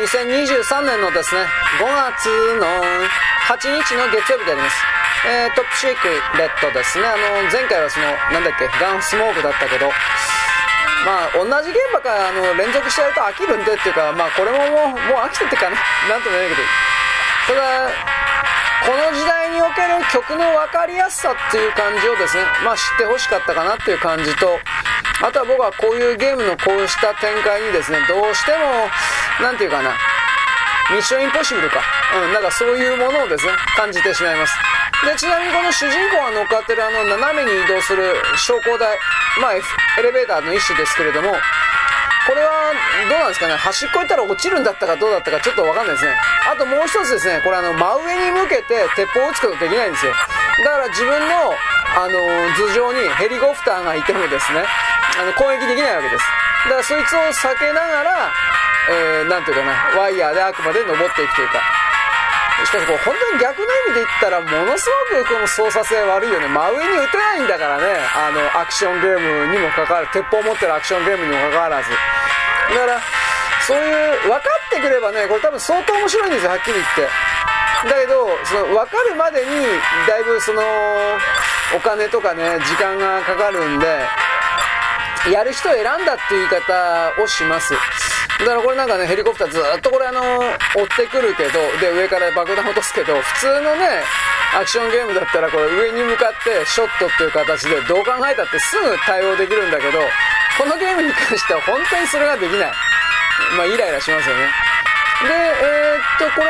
2023年のですね、5月の8日の月曜日であります。トップシークレットですね。前回はなんだっけ、ガンスモークだったけど、まあ、同じゲームばっか連続してやると飽きるんでっていうか、まあ、これももう飽きてってかね、なんとも言えないけど、ただ、この時代における曲の分かりやすさっていう感じをですね、まあ、知ってほしかったかなっていう感じと、あとは僕はこういうゲームのこうした展開にですね、どうしても、なんていうかな、ミッションインポッシブルか、なんかそういうものをですね、感じてしまいます。で、ちなみにこの主人公が乗っかってる斜めに移動する昇降台、まあ、エレベーターの一種ですけれども、これはどうなんですかね、端っこ行ったら落ちるんだったかどうだったかちょっとわかんないですね。あともう一つですね、これ真上に向けて鉄砲を撃つことできないんですよ。だから自分の頭上にヘリコプターがいてもですね、攻撃できないわけです。だからそいつを避けながら、なんていうかな、ワイヤーであくまで登っていくというか。しかしこれ本当に逆の意味で言ったらものすごくこの操作性悪いよね。真上に撃てないんだからね、アクションゲームにもかかわらず、鉄砲を持ってるアクションゲームにもかかわらず。だからそういう分かってくればね、これ多分相当面白いんですよ、はっきり言って。だけど分かるまでにだいぶお金とかね、時間がかかるんで、やる人を選んだっていう言い方をします。だからこれなんかね、ヘリコプターずっとこれ追ってくるけど、で上から爆弾落とすけど、普通のねアクションゲームだったらこれ上に向かってショットっていう形でどう考えたってすぐ対応できるんだけど、このゲームに関しては本当にそれができない。まあイライラしますよね。でこ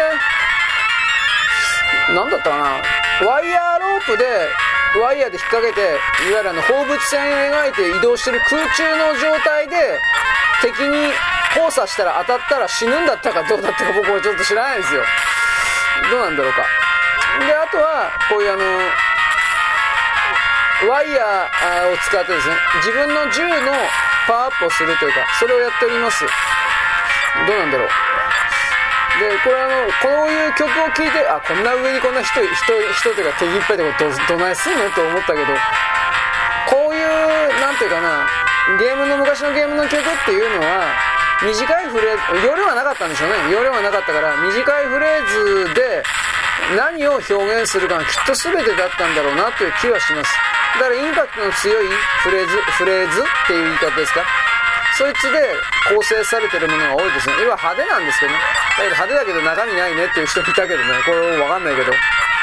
れなんだったかな、ワイヤーロープでワイヤーで引っ掛けて、いわゆる放物線を描いて移動してる空中の状態で敵に交差したら当たったら死ぬんだったかどうだったか僕はちょっと知らないですよ。どうなんだろうか。で、あとはこういうワイヤーを使ってですね、自分の銃のパワーアップをするというか、それをやっております。どうなんだろう。で、これこういう曲を聴いて、こんな上にこんな人というか敵いっぱいでどないすんのと思ったけど、こういうなんていうかな、昔のゲームの曲っていうのは短いフレーズ、容量がなかったんでしょうね。容量がなかったから短いフレーズで何を表現するかがきっと全てだったんだろうなという気はします。だからインパクトの強いフレーズっていう言い方ですか、そいつで構成されてるものが多いですね。要は派手なんですけどね。だけど派手だけど中身ないねっていう人いたけどね、これ分かんないけど。で、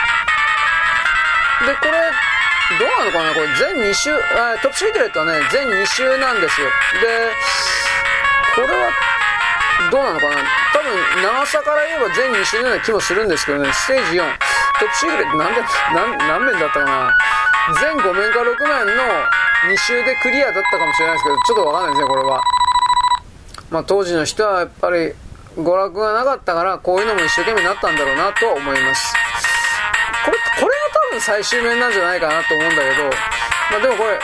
これどうなのかな、これ全2周、トップシークレットはね全2周なんですよ。で、これはどうなのかな、多分長さから言えば全2周のような気もするんですけどね。ステージ4トップシークレット何面だったかな、全5面か6面の2周でクリアだったかもしれないですけど、ちょっとわかんないですね、これは。まあ当時の人はやっぱり娯楽がなかったからこういうのも一生懸命になったんだろうなとは思います。これが多分最終面なんじゃないかなと思うんだけど、まあでもこれ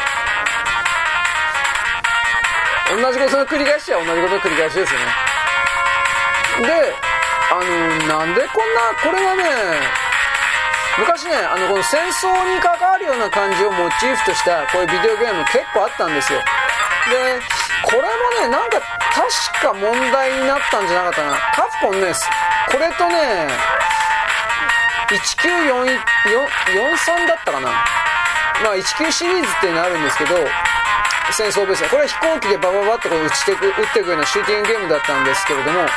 同じことの繰り返しは同じことの繰り返しですよね。で、なんでこれはね、昔ね、この戦争に関わるような感じをモチーフとしたこういうビデオゲーム結構あったんですよ。で、これもね、なんか確か問題になったんじゃなかったな。カプコンね、これとね、1943だったかな。まあ19シリーズっていうのあるんですけど、戦争ベースでこれは飛行機でバババッとこう撃っていくようなシューティングゲームだったんですけれども、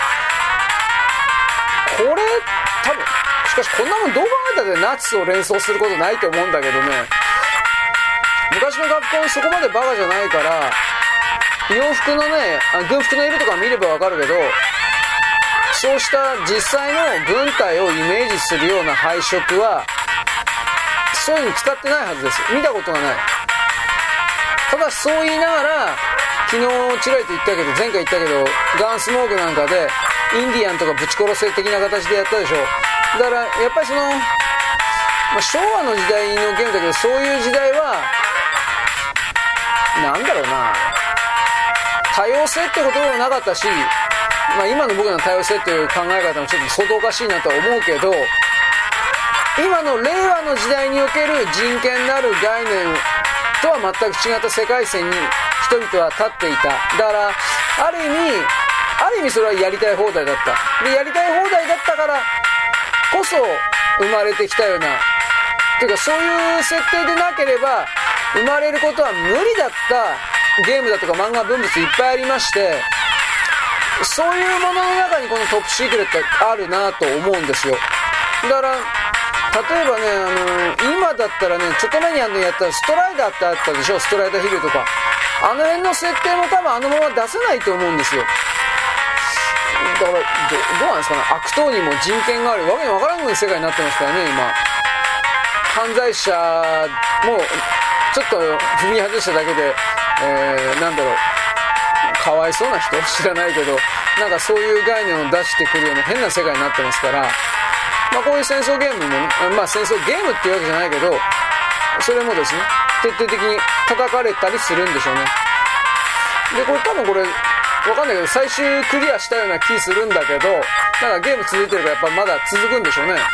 これ多分しかしこんなもんどう考えたってナチスを連想することないと思うんだけどね。昔の学校そこまでバカじゃないから、洋服のね、軍服の色とか見ればわかるけど、そうした実際の軍隊をイメージするような配色はそういうの使ってないはずです。見たことがない。ただそう言いながら、昨日ちらりと言ったけど、前回言ったけど、ガンスモークなんかでインディアンとかぶち殺せ的な形でやったでしょ。だからやっぱり昭和の時代のゲームだけど、そういう時代はなんだろうな、多様性ってこともなかったし、今の僕の多様性っていう考え方もちょっと相当おかしいなとは思うけど、今の令和の時代における人権なる概念とは全く違った世界線に人々は立っていた。だからある意る意味それはやりたい放題だった。でやりたい放題だったからこそ生まれてきたような、というかそういう設定でなければ生まれることは無理だったゲームだとか漫画文物いっぱいありまして、そういうものの中にこのトップシークレットあるなと思うんですよ。だから例えばね、今だったらね、ちょっと前にやったらストライダーってあったでしょ、ストライダーヒルとか、あの辺の設定も多分あのまま出せないと思うんですよ。だからどうなんですかね、悪党にも人権があるわけのわからん世界になってますからね。今犯罪者もちょっと踏み外しただけで、なんだろう、かわいそうな人知らないけど、なんかそういう概念を出してくるような変な世界になってますから、まあ、こういう戦争ゲームもね、まあ戦争ゲームっていうわけじゃないけど、それもですね徹底的に叩かれたりするんでしょうね。でこれ多分これわかんないけど最終クリアしたような気するんだけど、なんかゲーム続いてるからやっぱまだ続くんでしょうね。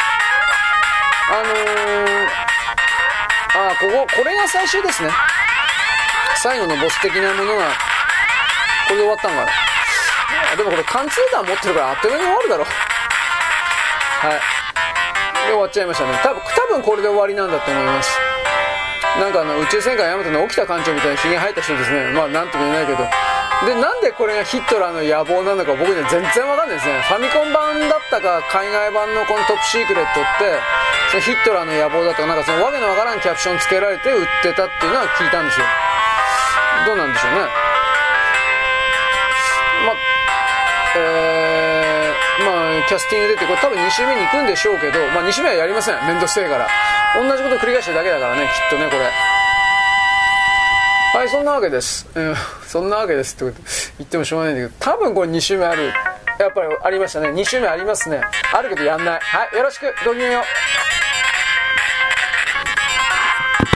これが最終ですね。最後のボス的なものがこれで終わったのかな。でもこれ貫通弾持ってるからあっという間に終わるだろう。はいで終わっちゃいましたね。多分これで終わりなんだと思います。なんか宇宙戦艦ヤマトの沖田艦長みたいなひげ生えた人ですね。まあなんとも言えないけど、でなんでこれがヒットラーの野望なのか僕には全然わかんないですね。ファミコン版だったか海外版のこのトップシークレットってそのヒットラーの野望だとか、なんかそのわけのわからんキャプションつけられて売ってたっていうのは聞いたんですよ。どうなんでしょうね。キャスティング出てこれ多分2週目に行くんでしょうけど、まあ2週目はやりません。めんどくせえから同じこと繰り返してるだけだからね、きっとねこれ。はい、そんなわけです、そんなわけですって言ってもしょうがないんだけど、多分これ2週目ある、やっぱりありましたね。2週目ありますね。あるけどやんない。はい、よろしく、ごきげんよう。